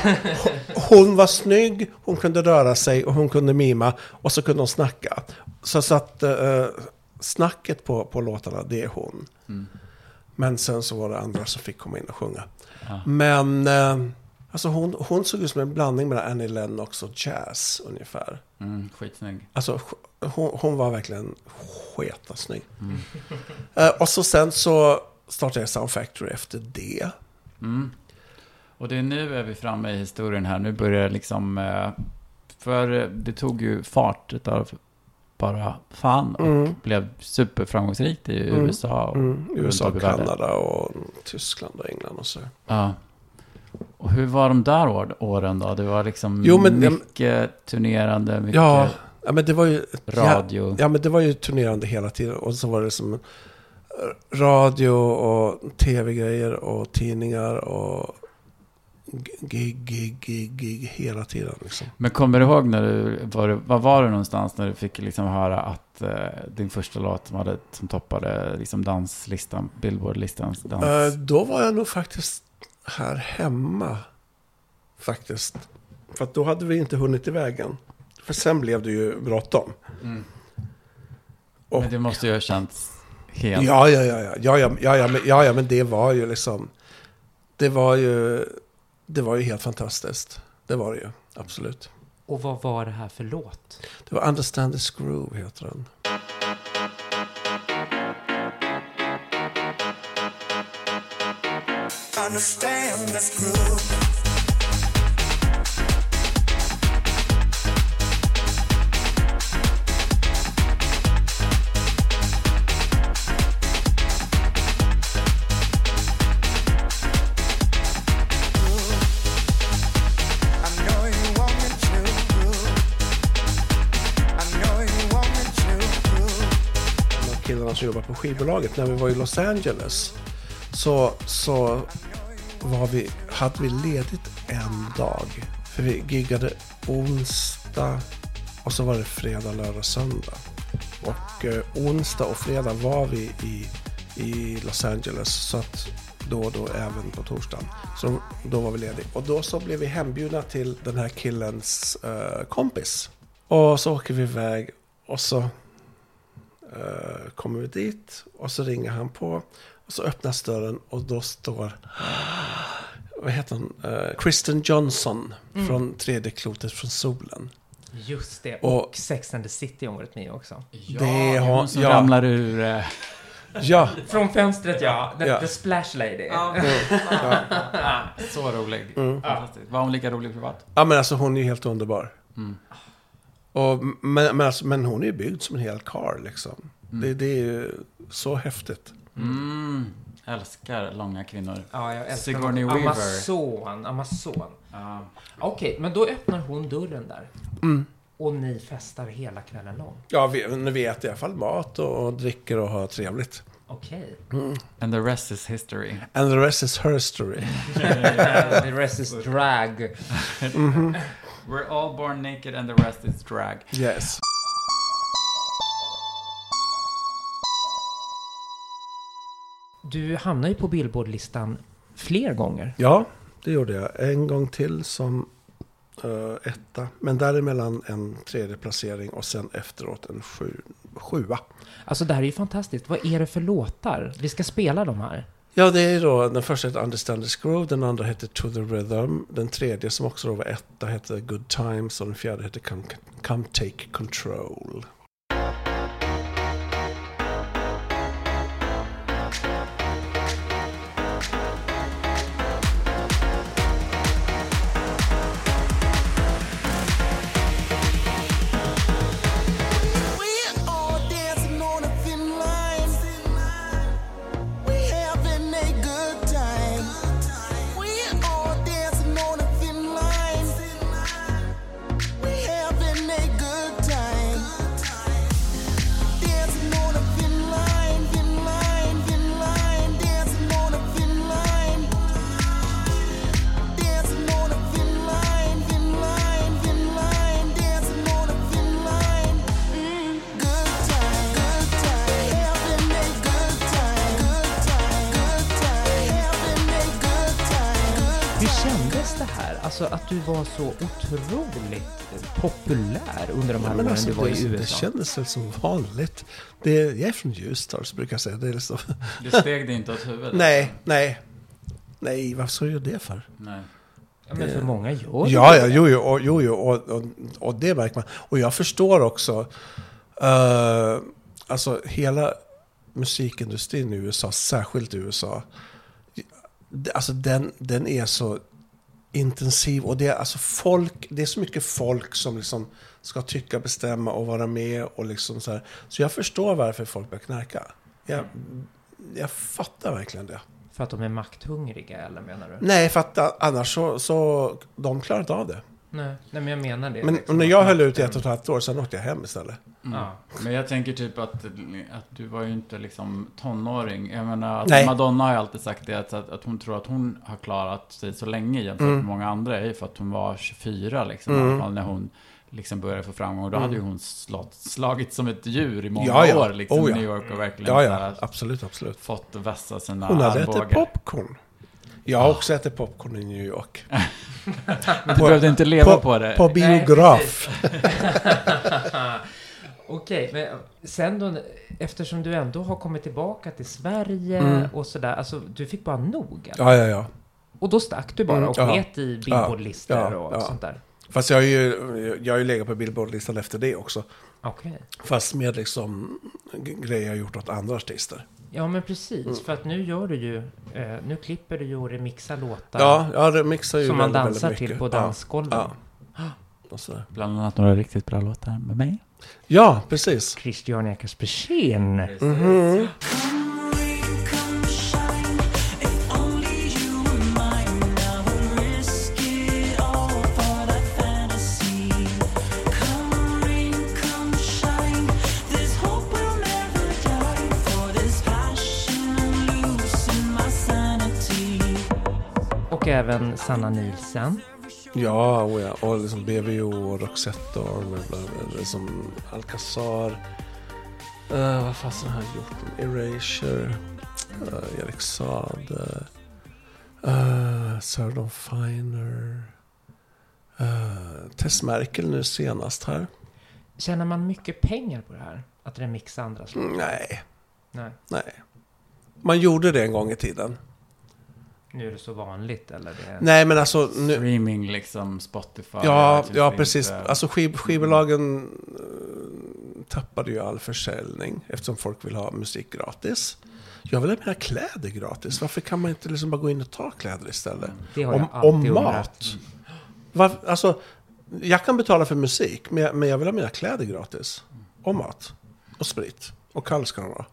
A: hon var snygg, hon kunde röra sig och hon kunde mima och så kunde hon snacka. Så, så att uh, snacket på, på låtarna, det är hon.
B: Mm.
A: Men sen så var det andra som fick komma in och sjunga.
B: Ja.
A: Men uh, alltså hon, hon såg ut som en blandning mellan Annie Lennox och jazz ungefär.
B: Mm, skitsnygg.
A: Alltså hon, hon var verkligen sketasnygg.
B: Mm.
A: Uh, och så sen så startade jag Sound Factory efter det.
B: Mm. Och det är nu är vi framme i historien här. Nu börjar det liksom... eh, För det tog ju fart utav bara fan och
A: Mm.
B: blev superframgångsrikt i
A: Mm.
B: U S A. Och,
A: Mm, U S A,
B: runt om i världen.
A: Kanada och Tyskland och England och så.
B: Ja. Och hur var de där år, åren då? Det var liksom
A: Jo, men,
B: mycket turnerande, mycket
A: ja, ja, men det var ju
B: radio.
A: Ja, ja, men det var ju turnerande hela tiden. Och så var det som radio och tv-grejer och tidningar och gig, gig, gig, gig hela tiden. Liksom.
B: Men kommer du ihåg när du var, var var du någonstans när du fick liksom höra att eh, din första låt som, hade, som toppade liksom danslistan, Billboard-listans dans?
A: Uh, då var jag nog faktiskt här hemma. Faktiskt. För att då hade vi inte hunnit i vägen. För sen blev det ju bråttom.
B: Mm.
A: Och,
B: men det måste ju ha känts helt...
A: Ja, ja, ja, ja, ja, ja, ja, ja, men, ja, ja, men det var ju liksom... Det var ju... Det var ju helt fantastiskt. Det var det ju, absolut.
C: Och vad var det här för låt?
A: Det var Understand the Groove, heter den.
D: Understand this groove.
A: Som jobbar på skivbolaget när vi var i Los Angeles så, så var vi, hade vi ledigt en dag för vi giggade onsdag och så var det fredag, lördag, söndag och eh, onsdag och fredag var vi i, i Los Angeles så att då och då även på torsdagen så då var vi lediga och då så blev vi hembjudna till den här killens eh, kompis och så åker vi iväg och så Uh, kommer vi dit och så ringer han på och så öppnas dörren och då står vad heter han? Uh, Kristen Johnson mm. från tredje klotet från solen.
C: Just det, och, och Sex and the City har varit med också.
B: Ja, det har hon som ja. ramlar ur uh...
A: ja.
C: Från fönstret, ja. The,
A: ja.
C: the Splash Lady.
B: Ja. Mm. Ja. Så rolig. Mm. Var hon lika rolig privat?
A: Ja, men alltså hon är ju helt underbar.
B: Mm.
A: Och, men, men, alltså, men hon är ju byggd som en hel karl liksom. Mm. Det, det är ju så häftigt.
B: Mm. Älskar långa kvinnor.
C: Ja, jag älskar
B: Sigourney Weaver.
C: Amazon, Amazon.
B: Ja.
C: Okej, okay, men då öppnar hon dörren där.
A: Mm.
C: Och ni festar hela kvällen lång.
A: Ja, vi, vi äter i alla fall mat och, och dricker och har trevligt.
C: Okej.
A: Okay. Mm.
B: And the rest is history.
A: And the rest is her story.
C: The rest is drag.
A: Mm-hmm.
B: We're all born naked and the rest is drag.
A: Yes.
C: Du hamnar ju på Billboard-listan fler gånger.
A: Ja, det gjorde jag. En gång till som uh, etta. Men däremellan en tredje placering och sen efteråt en sju, sjua.
C: Alltså det här är ju fantastiskt. Vad är det för låtar? Vi ska spela de här.
A: Ja, det är då, den första heter Understand the Groove, den andra heter To the Rhythm, den tredje som också då var etta heter Good Times och den fjärde heter Come, Come Take Control.
C: Alltså att du var så otroligt populär under de här
A: ja,
C: åren
A: alltså,
C: du var
A: det,
C: i U S A.
A: Det kändes väl som vanligt. Det, jag är från Ljusdal så brukar jag säga. Det är liksom...
B: Du steg det inte åt huvudet?
A: Nej, nej. Nej, varför ska jag göra det för?
C: Nej. Ja, men för det... många gör det.
A: Ja, ja, jo, jo, och, jo, jo och, och, och det märker man. Och jag förstår också uh, alltså hela musikindustrin i U S A, särskilt i U S A, alltså den, den är så intensiv och det är alltså folk, det är så mycket folk som liksom ska tycka, bestämma och vara med och liksom så här. Så jag förstår varför folk börjar knarka. Jag, jag fattar verkligen det.
C: För att de är makthungriga, eller menar du?
A: Nej, för att a- annars så, så de klarar inte av det.
C: Nej, nej men jag menar det.
A: Men
C: liksom,
A: när
C: att
A: jag höll
C: makten-
A: ut i ett och ett halvt år, sen åkte jag hem istället.
B: Mm.
C: Ja.
B: Men jag tänker typ att, att du var ju inte liksom tonåring. Jag menar, att
A: Nej.
B: Madonna har ju alltid sagt det, att, att hon tror att hon har klarat sig så länge jämfört
A: Mm.
B: med många andra, är ju för att hon var tjugofyra liksom,
A: Mm.
B: i alla fall när hon liksom började få framgång. Och då
A: Mm.
B: hade ju hon slått, slagit som ett djur i många
A: Ja, ja.
B: år liksom,
A: Oh,
B: i
A: ja.
B: New York och verkligen
A: Ja,
B: så
A: ja,
B: här,
A: absolut, absolut.
B: fått vässa sina
A: Hon hade ätit
B: armbågar.
A: popcorn. Jag har också ätit popcorn i New York.
B: Men du behövde inte leva på, det.
A: På biograf.
C: Okej, men sen då, eftersom du ändå har kommit tillbaka till Sverige
A: Mm.
C: och sådär, alltså du fick bara nog? Eller?
A: Ja, ja, ja.
C: Och då stack du bara
A: Mm,
C: och
A: ja.
C: sket i Billboardlistor
A: Ja, ja,
C: och
A: ja.
C: sånt där?
A: Fast jag har ju, jag har ju legat på Billboardlistan efter det också.
C: Okej.
A: Fast med liksom g- grejer jag gjort åt andra artister.
C: Ja, men precis.
A: Mm.
C: För att nu gör du ju, eh, nu klipper du ju och remixar låtar
A: Ja, jag remixar ju
C: som man
A: väldigt,
C: dansar
A: väldigt
C: till
A: mycket.
C: på dansgolven.
A: Ja. Ja. Och så.
B: Bland annat några riktigt bra låtar med mig.
A: Ja, precis.
C: Christian Ekers Persén.
A: Mhm.
D: Come rain, come shine. If only you were mine, I would risk it all for that fantasy. Come rain, come shine. This hope will never die. For this passion losing my sanity.
C: Och även Sanna Nielsen.
A: Ja, och, ja, och liksom B V O och Roxette och liksom Alcazar. Uh, vad fasen har jag gjort? Erasure. Uh, Erik Saade. Uh, Sarah Dawn Finer. Uh, Tess Merkel nu senast här.
C: Tjänar man mycket pengar på det här? Att remixa andras låtar?
A: Mm, nej,
C: Nej.
A: nej. Man gjorde det en gång i tiden.
C: Nu är det så vanligt, eller? Det...
A: Nej, men alltså... Nu,
B: Streaming liksom, Spotify.
A: ja,
B: iTunes,
A: ja,
B: finns
A: precis.
B: det.
A: Alltså skiv, skivbolagen uh, tappade ju all försäljning eftersom folk vill ha musik gratis. Jag vill ha mina kläder gratis. Varför kan man inte liksom bara gå in och ta kläder istället?
C: Det har
A: Om,
C: jag alltid
A: om
C: undrat.
A: mat. Var, alltså, jag kan betala för musik, men jag, men jag vill ha mina kläder gratis. Och mat. Och sprit. Och kall ska de vara.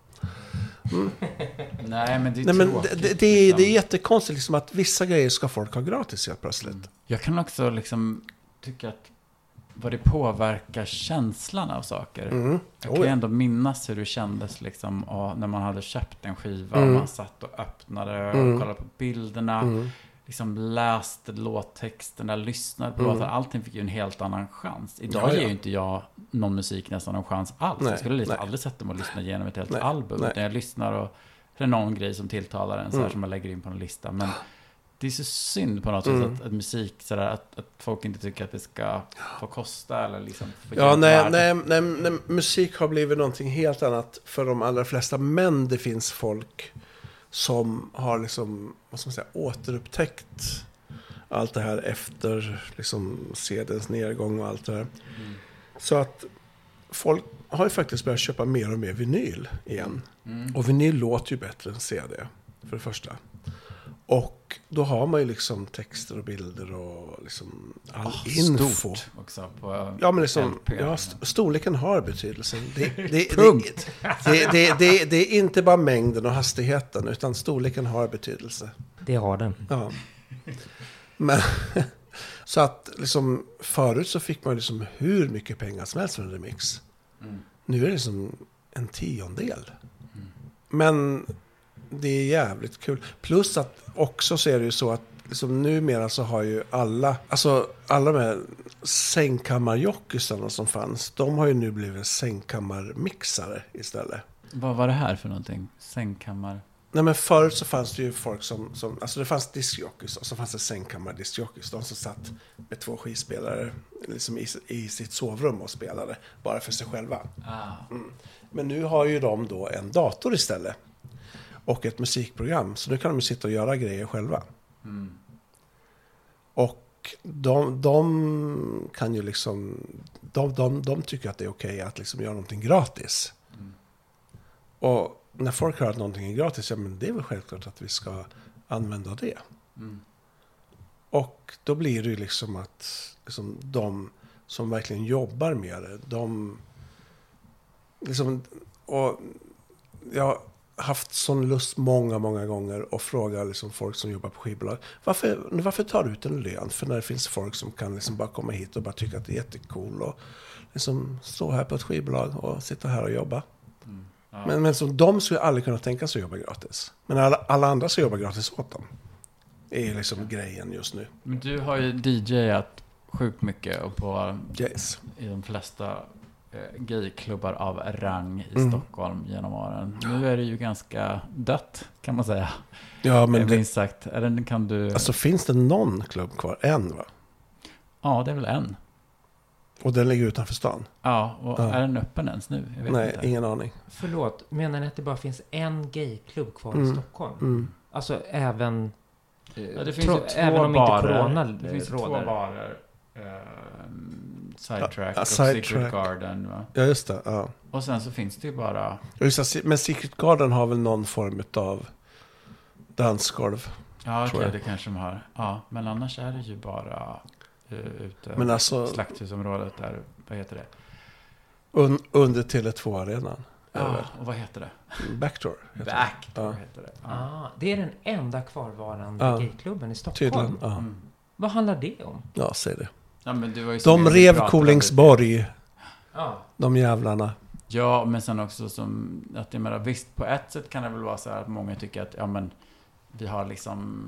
B: Nej, men det är
A: Nej, men
B: tråkigt.
A: det, det, det, är,
B: liksom.
A: det är jättekonstigt liksom, att vissa grejer ska folk ha gratis helt plötsligt.
B: Jag kan också liksom tycka att vad det påverkar känslan av saker.
A: Mm.
B: Jag
A: Oj.
B: kan ju ändå minnas hur det kändes liksom, och när man hade köpt en skiva
A: Mm.
B: och man satt och öppnade
A: Mm.
B: och kollade på bilderna.
A: Mm.
B: Liksom läste låttexterna, lyssnade på
A: Mm.
B: låtar. Allting fick ju en helt annan chans. Idag
A: Ja, ja.
B: ger ju inte jag någon musik nästan någon chans alls.
A: Nej,
B: jag skulle liksom
A: nej.
B: aldrig sätta mig och lyssna igenom ett helt
A: Nej,
B: album.
A: nej.
B: Utan jag lyssnar och det är någon grej som tilltalar en så här,
A: Mm.
B: som man lägger in på en lista. Men det är så synd på något
A: Mm.
B: sätt att, att musik, så där, att, att folk inte tycker att det ska få kosta eller liksom få ge
A: Ja,
B: ett
A: nej,
B: värde.
A: nej, nej, nej, musik har blivit någonting helt annat för de allra flesta. Men det finns folk som har liksom, vad ska man säga, återupptäckt allt det här efter liksom C D:ns nedgång och allt det här.
B: Mm.
A: Så att folk har ju faktiskt börjat köpa mer och mer vinyl igen.
B: Mm.
A: Och vinyl låter ju bättre än C D, för det första. Och då har man ju liksom texter och bilder och liksom all
B: Oh,
A: info.
B: stort också på
A: Ja, men liksom,
B: L P.
A: ja, st- storleken har betydelse. Det, det, det,
B: Punkt.
A: det, det, det, det är inte bara mängden och hastigheten, utan storleken har betydelse.
C: Det har den.
A: Ja. Men, så att liksom, förut så fick man liksom hur mycket pengar som helst för en remix.
B: Mm.
A: Nu är det liksom en tiondel. Men det är jävligt kul. Plus att också så är det ju så att liksom numera så har ju alla, alltså alla de här sängkammarjockisarna som fanns, de har ju nu blivit sängkammarmixare istället.
B: Vad var det här för någonting? Sängkammar?
A: Nej, men förut så fanns det ju folk som, som alltså det fanns diskjockeys och så fanns det sängkammardiskjockeys. De som satt med två skivspelare liksom i, i sitt sovrum och spelade bara för sig själva.
B: Ah.
A: Mm. Men nu har ju de då en dator istället. Och ett musikprogram. Så nu kan de ju sitta och göra grejer själva.
B: Mm.
A: Och de, de kan ju liksom, de, de, de tycker att det är okej att liksom göra någonting gratis.
B: Mm.
A: Och när folk hör att någonting är gratis, ja men det är väl självklart att vi ska använda det.
B: Mm.
A: Och då blir det ju liksom att liksom, de som verkligen jobbar med det, de liksom, och ja, haft sån lust många, många gånger och fråga liksom folk som jobbar på skivbolag. Varför, varför tar du ut en lön? För när det finns folk som kan liksom bara komma hit och bara tycka att det är jättekul och liksom stå här på ett skivbolag och sitta här och jobba.
B: Mm. Ja.
A: Men, men så de skulle aldrig kunna tänka sig att jobba gratis. Men alla, alla andra ska jobba gratis åt dem. Det är liksom grejen just nu.
B: Men du har ju D Jat sjukt mycket och på
A: Yes.
B: i de flesta eh, gayklubbar av rang i
A: Mm.
B: Stockholm genom åren. Nu är det ju ganska dött, kan man säga.
A: Ja, men
B: Men
A: det,
B: minst sagt, är det, kan du...
A: alltså finns det någon klubb kvar? En, va?
B: ja, det är väl en.
A: Och den ligger utanför stan?
B: Ja, och
A: Ja.
B: är den öppen ens nu? Jag vet
A: Nej,
B: inte.
A: ingen aning.
C: Förlåt, menar ni att det bara finns en gayklubb kvar
A: Mm.
C: i Stockholm?
A: Mm.
C: Alltså även... eh,
B: Ja, det finns
C: tro-
B: ju två
C: även om
B: barer.
C: inte corona
B: Det finns ju två
C: råder.
B: barer. Uh, Sidetrack
A: Ja,
B: och
A: Sidetrack.
B: Secret Garden. Va?
A: Ja, just det. Ja.
B: Och sen så finns det ju bara...
A: Ja, just det. Men Secret Garden har väl någon form av dansgolv.
B: Ja,
A: Tror
B: okej,
A: jag.
B: det kanske de har. Ja, men annars är det ju bara uh, ute.
A: Men alltså
B: Slakthusområdet där, vad heter det?
A: un, under Tele två-arenan. är det
B: Ja,
A: väl?
B: och vad heter det?
A: Backdoor. heter det.
B: Backdoor
A: Ja.
B: heter det. Ja.
C: Ah, det är den enda kvarvarande
A: Ja.
C: gayklubben i Stockholm.
A: Tydligen. Ja.
B: Mm.
C: Vad handlar det om?
A: Ja, säg det.
B: Ja, men du var ju
A: De
B: som vi
A: rev
B: pratade om
A: Kolingsborg,
C: Ja.
A: de jävlarna.
B: Ja, men sen också som att jag menar, visst på ett sätt kan det väl vara så här att många tycker att ja men vi har liksom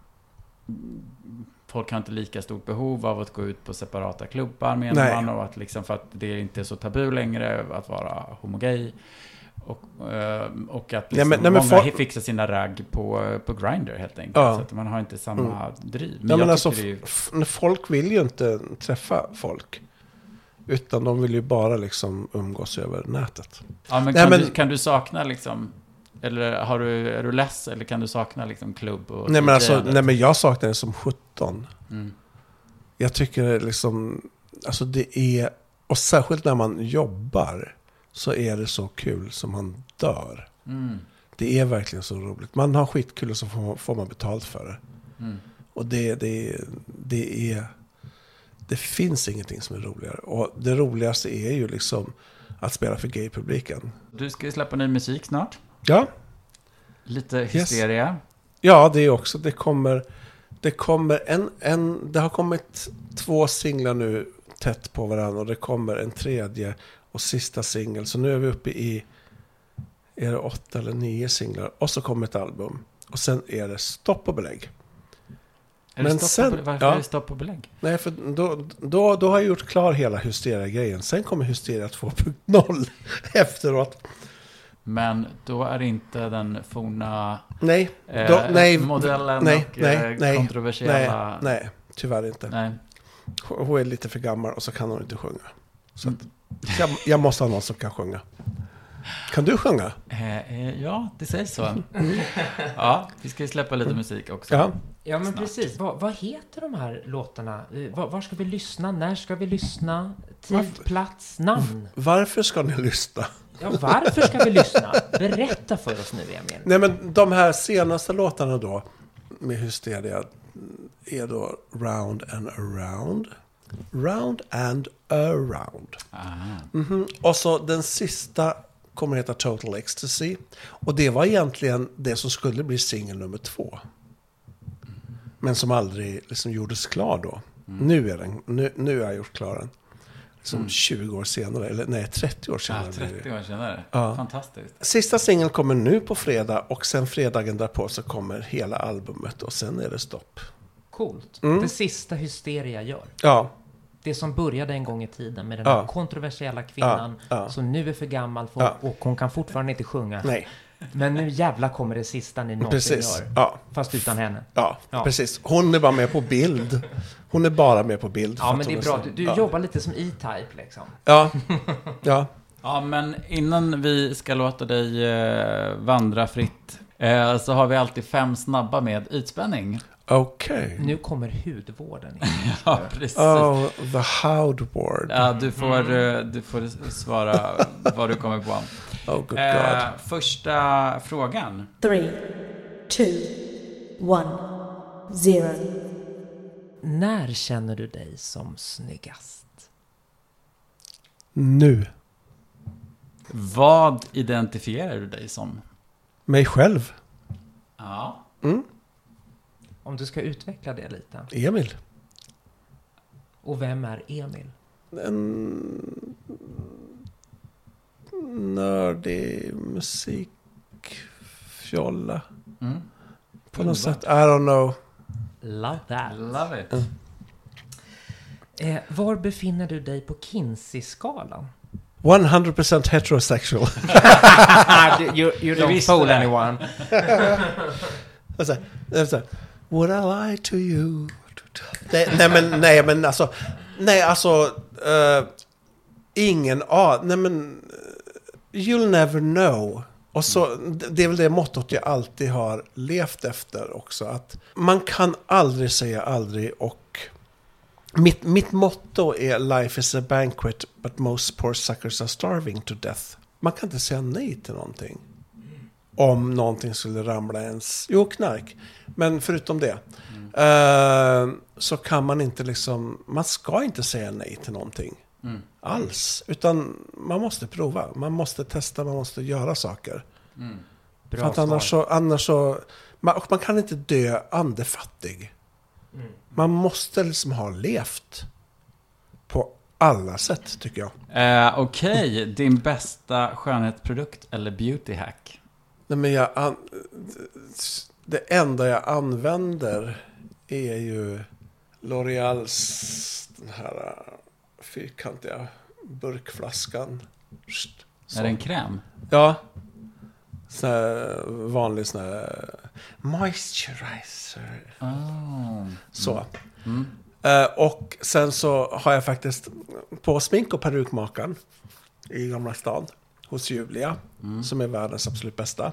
B: folk har inte lika stort behov av att gå ut på separata klubbar menar
A: Nej.
B: man och att liksom för att det inte är så tabu längre att vara homogay och, eh, och att liksom
A: Nej, men- nej, men
B: många
A: folk-
B: fixar sina ragg på, på Grindr helt enkelt
A: Ja.
B: så att man har inte samma driv. Men
A: Ja, men
B: jag
A: alltså,
B: tycker det är ju,
A: f- f- folk vill ju inte träffa folk. Utan de vill ju bara liksom umgås över nätet.
B: ja, men,
A: Nej,
B: kan,
A: men-
B: Du, kan du sakna liksom eller har du, är du less eller kan du sakna liksom klubb och
A: Nej men, alltså,
B: D J-andet?
A: nej men jag saknar det som sjutton.
B: Mm.
A: Jag tycker liksom, alltså det är, och särskilt när man jobbar så är det så kul som man dör.
B: Mm.
A: Det är verkligen så roligt. Man har skitkul och så får, får man betalt för det.
B: Mm.
A: Och det, det, det är, det finns ingenting som är roligare. Och det roligaste är ju liksom att spela för gaypubliken.
B: Du ska ju släppa ny musik snart.
A: Ja,
B: Lite hysteria.
A: ja det är också, det kommer, det kommer en, en, det har kommit två singlar nu tätt på varandra och det kommer en tredje och sista singel. Så nu är vi uppe i, är det åtta eller nio singlar och så kommer ett album. Och sen är det stopp och belägg.
B: Är
A: Men
B: det stopp
A: sen-
B: på, varför
A: ja.
B: är det stopp på belägg?
A: Nej, för då, då, då har jag gjort klar hela Hysteria-grejen. Sen kommer Hysteria två punkt noll efteråt.
B: Men då är det inte den forna
A: Nej,
B: eh,
A: då, nej,
B: modellen
A: nej,
B: och
A: nej,
B: eh,
A: nej, nej,
B: kontroversiella...
A: nej, tyvärr inte.
B: Nej.
A: Hon är lite för gammal och så kan hon inte sjunga. Så att,
B: Mm.
A: jag, jag måste ha någon som kan sjunga. Kan du sjunga?
B: Eh, eh, ja, det sägs så. Ja, vi ska ju släppa lite musik också.
A: Ja.
C: Ja, men
B: Snart.
C: precis. Vad, vad heter de här låtarna? Eh, Var, var ska vi lyssna? När ska vi lyssna? Tid,
A: Varför?
C: plats, namn?
A: Varför ska ni lyssna?
C: Ja, varför ska vi lyssna? Berätta för oss nu, Emil.
A: Nej, men de här senaste låtarna då med Hysteria är då Round and Around. Round and Around.
B: Ah.
A: Mhm. Och så den sista kommer heta Total Ecstasy. Och det var egentligen det som skulle bli singel nummer två. Men som aldrig liksom gjordes klar då.
B: Mm.
A: Nu är den, nu, nu är jag gjort klar den. Som
B: Mm.
A: tjugo år senare, eller nej, trettio år senare.
B: Ja,
A: blir det.
B: trettio år senare.
A: Ja.
B: Fantastiskt.
A: Sista singeln kommer nu på fredag och sen fredagen därpå så kommer hela albumet och sen är det stopp.
C: Coolt.
A: Mm.
C: Det sista Hysteria gör.
A: Ja,
C: Det som började en gång i tiden med den
A: Ja.
C: här kontroversiella kvinnan
A: Ja, ja.
C: som nu är för gammal för,
A: Ja.
C: och hon kan fortfarande inte sjunga.
A: nej,
C: Men nu jävla kommer det sista ni någonsin
A: precis.
C: gör.
A: Ja,
C: Fast utan henne.
A: ja,
C: Ja.
A: precis. Hon är bara med på bild. Hon är bara med på bild. för
C: Ja,
A: att
C: men det
A: hon
C: är bra.
A: så-
C: Du, du
A: ja.
C: jobbar lite som E-Type liksom.
A: Ja, ja.
B: Ja, men innan vi ska låta dig eh, vandra fritt eh, så har vi alltid fem snabba med ytspänning.
A: Okej.
C: Nu kommer hudvården in.
B: Ja, precis.
A: Oh, the Howd Ward.
B: Ja, du får, eh, du får svara vad du kommer på.
A: Oh, good God.
B: Eh, första frågan.
E: Three, two, one, zero.
C: När känner du dig som snyggast?
A: Nu.
B: Vad identifierar du dig som?
A: Mig själv.
B: Ja.
A: Mm.
C: Om du ska utveckla det lite.
A: Emil.
C: Och vem är Emil?
A: En nördig musikfjolla.
B: Mm.
A: På något sätt. I don't know.
C: Love that.
B: Love it.
A: Mm.
C: Eh, var befinner du dig på Kinsey-skalan?
A: hundra procent heterosexual.
C: you, you
B: Jag
C: don't
B: visste
C: fool
B: det.
C: anyone.
A: Och så här, det är så här, would I lie to you? Det, nej men nej men alltså nej alltså uh, ingen ah, nej men you'll never know. Och så det är väl det mottot jag alltid har levt efter också, att man kan aldrig säga aldrig, och mitt mitt motto är life is a banquet but most poor suckers are starving to death. Man kan inte säga nej till någonting. Om någonting skulle ramla ens... Jo, knark. Men förutom det. Mm. Uh, så kan man inte liksom... Man ska inte säga nej till någonting. Mm. Alls. Utan man måste prova. Man måste testa. Man måste göra saker.
B: Mm.
C: Bra
A: För att
C: svar.
A: annars så... Annars så man, och man kan inte dö andefattig. Mm. Man måste liksom ha levt. På alla sätt, tycker jag.
B: Eh, Okej, okay. Din bästa skönhetsprodukt eller beauty hack?
A: Nej, men jag an- det enda jag använder är ju L'Oreals den här fyrkantiga burkflaskan. Så.
B: Är det en kräm?
A: Ja. Sån här vanlig sån här moisturizer.
B: Oh.
A: Så.
B: Mm.
A: Uh, och sen så har jag faktiskt på smink- och perukmakaren i Gamla stan hos Julia, mm. som är världens absolut bästa.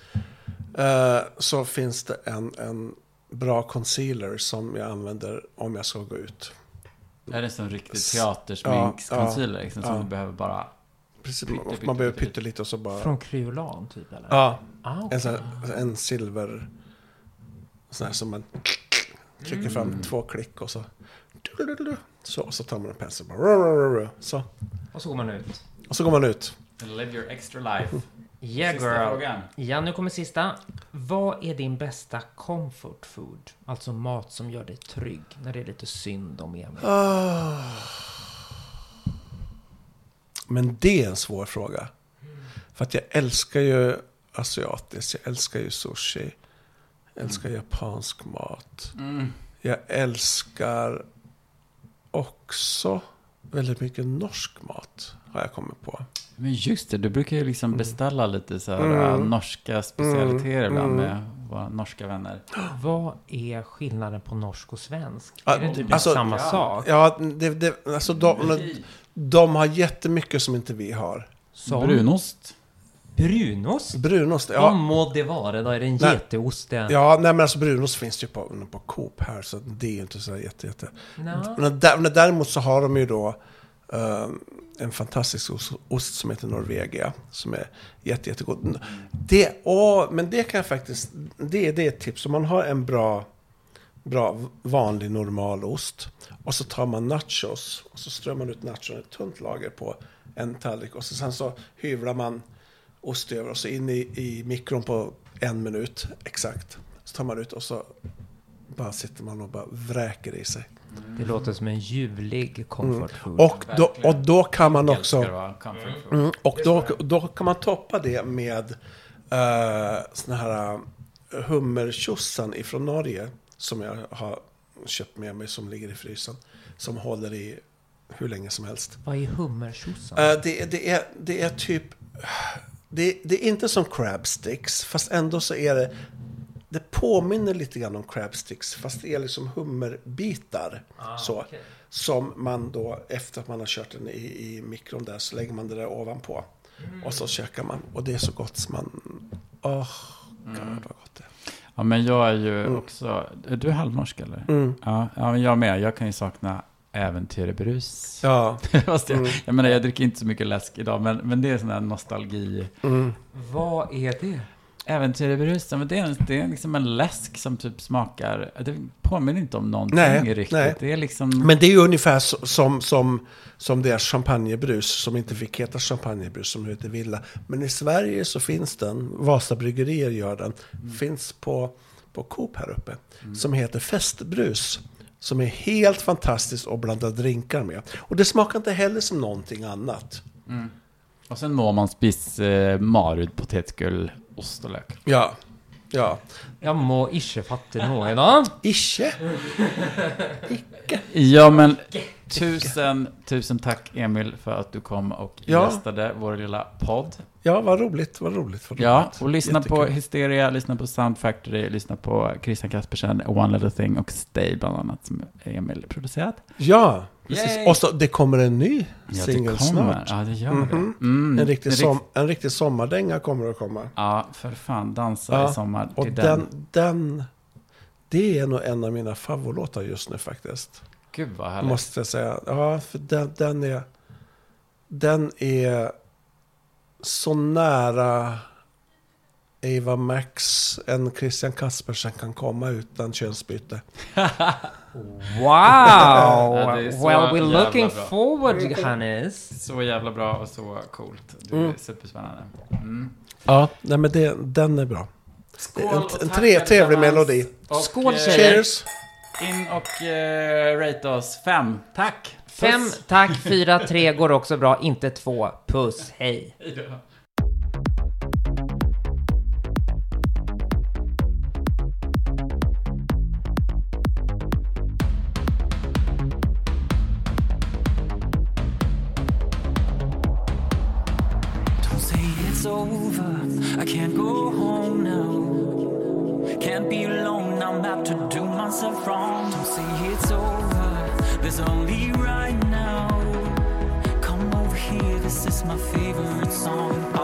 A: Uh, så finns det en, en bra concealer som jag använder om jag ska gå ut.
B: Är det som riktigt teatersminks-concealer
A: ja,
B: liksom,
A: ja,
B: som
A: ja.
B: du behöver bara...
A: Precis,
B: pytte,
A: man,
B: pytte,
A: man behöver
B: pytte,
A: pytta lite och så bara...
C: Från Kryolan typ eller?
A: Ja,
C: ah, okay.
A: en, sån här, en silver sån här som man trycker mm. fram två klick och så så, så tar man en pensel bara så.
C: Och så går man ut.
A: Och så går man ut.
B: Live your extra life.
C: Yeah,
B: sista
C: girl.
B: frågan.
C: Ja, nu kommer sista. Vad är din bästa comfort food? Alltså mat som gör dig trygg när det är lite synd om Emil.
A: Oh. Men det är en svår fråga. Mm. För att jag älskar ju asiatiskt, jag älskar ju sushi. Jag älskar mm. japansk mat.
B: Mm.
A: Jag älskar också väldigt mycket norsk mat, har jag kommit på.
B: Men just det, du brukar ju liksom beställa lite så här mm. norska specialiteter mm. ibland med våra norska vänner.
C: Vad är skillnaden på norsk och svensk?
A: Ja,
C: är det typ
A: alltså,
C: samma
B: ja.
C: sak?
A: Ja, det, det, alltså de, de har jättemycket som inte vi har.
C: Som
B: brunost.
C: Brunost?
A: Brunost, ja.
C: Vad må det vara? Då är det en
A: Nej.
C: geteost. Det.
A: Ja, nej men alltså brunost finns ju på, på Coop här, så det är ju inte så jätte, jätte.
C: No.
A: Men där, men däremot så har de ju då uh, en fantastisk ost, ost som heter Norvegia, som är jätte, jättegod. Det, åh, men det kan jag faktiskt, det, det är ett tips. Om man har en bra, bra vanlig normal ost och så tar man nachos och så strör man ut nachos ett tunt lager på en tallrik och så, sen så hyvlar man ost över och så in i, i mikron på en minut exakt. Så tar man ut och så bara sitter man och bara vräker i sig.
C: Mm. Det låter som en ljuvlig comfort food.
A: Mm. Och, då, och då kan man också
B: mm.
A: och då, då kan man toppa det med uh, såna här hummertjossan ifrån Norge som jag har köpt med mig, som ligger i frysen, som håller i hur länge som helst.
C: Vad är hummertjossan?
A: Uh, det, det, är, det är typ det, det är inte som crab sticks, fast ändå så är det det påminner lite grann om crab sticks, fast det är liksom hummerbitar
C: ah,
A: så,
C: okay.
A: som man då efter att man har kört den i, i mikron där, så lägger man det där ovanpå mm. och så käkar man, och det är så gott som man åh, oh, mm. God, vad gott det är.
B: Ja, men jag är ju
A: mm.
B: också, är du halvnorsk eller?
A: Mm.
B: Ja, ja, men jag med, jag kan ju sakna äventyrbrus.
A: Ja.
B: Fast jag, mm. jag menar, jag dricker inte så mycket läsk idag, men, men det är sån här nostalgi.
A: Mm.
C: Vad är det?
B: Äventyrbrus, men det är, det är liksom en läsk som typ smakar, det påminner inte om någonting
A: Nej,
B: riktigt.
A: nej.
B: Det är liksom...
A: Men det är ju ungefär så- som, som, som deras champagnebrus, som inte fick heta champagnebrus, som heter Villa. Men i Sverige så finns den, Vasa Bryggerier gör den, finns på, på Coop här uppe, som heter Festbrus. Som är helt fantastiskt att blanda drinkar med. Och det smakar inte heller som någonting annat.
B: Och sen må man spis eh, marud, potetgull, ost och lök.
A: Ja, ja.
C: Jag må ikke fatte noe idag.
A: Ische.
B: Ja, men tusen, tusen tack Emil för att du kom och
A: Ja.
B: gästade vår lilla podd.
A: Ja, vad roligt, vad roligt. Vad roligt.
B: Ja, och lyssna
A: Jättekul.
B: på Hysteria, lyssna på Sound Factory, lyssna på Christian Kaspersen, One Little Thing och Stay bland annat som Emil producerat.
A: Ja, precis.
B: Yay!
A: Och så, det kommer en ny
B: Ja, det
A: singel
B: kommer.
A: snart.
B: Ja, det gör
A: Mhm.
B: det. Mm.
A: En, riktig
B: En
A: som, en riktig sommardänga kommer att komma.
B: Ja, för fan, dansa
A: Ja,
B: i sommar
A: Och
B: till
A: den,
B: den.
A: den, det är nog en av mina favoritlåtar just nu faktiskt.
B: Gud vad härligt.
A: Måste jag säga. Ja, för den, den är den är så nära Ava Max än Christian Kaspersen kan komma utan könsbyte.
C: Wow!
B: Ja, det är så
C: Well, we're
B: jävla
C: looking
B: bra.
C: forward, Hannes.
B: Så jävla bra och så coolt. Det är
A: Mm.
B: superspännande. Mm.
A: Ja, nej men det, den är bra.
B: Skål
A: en
B: och
A: en
B: tack
A: tre, trevlig
B: allesammans.
A: melodi.
B: Och,
C: Skål,
B: eh,
C: tjejer.
A: Cheers!
B: In och eh, rate oss. Fem. Tack.
C: Fem,
B: Puss.
C: tack. Fyra, tre går också bra. Inte två. Puss, hej.
B: Hej då.
D: Don't say it's over, I can't go home now. Can't be alone, I'm about to do myself wrong. Don't say it's over, there's only right now. Come over here, this is my favorite song.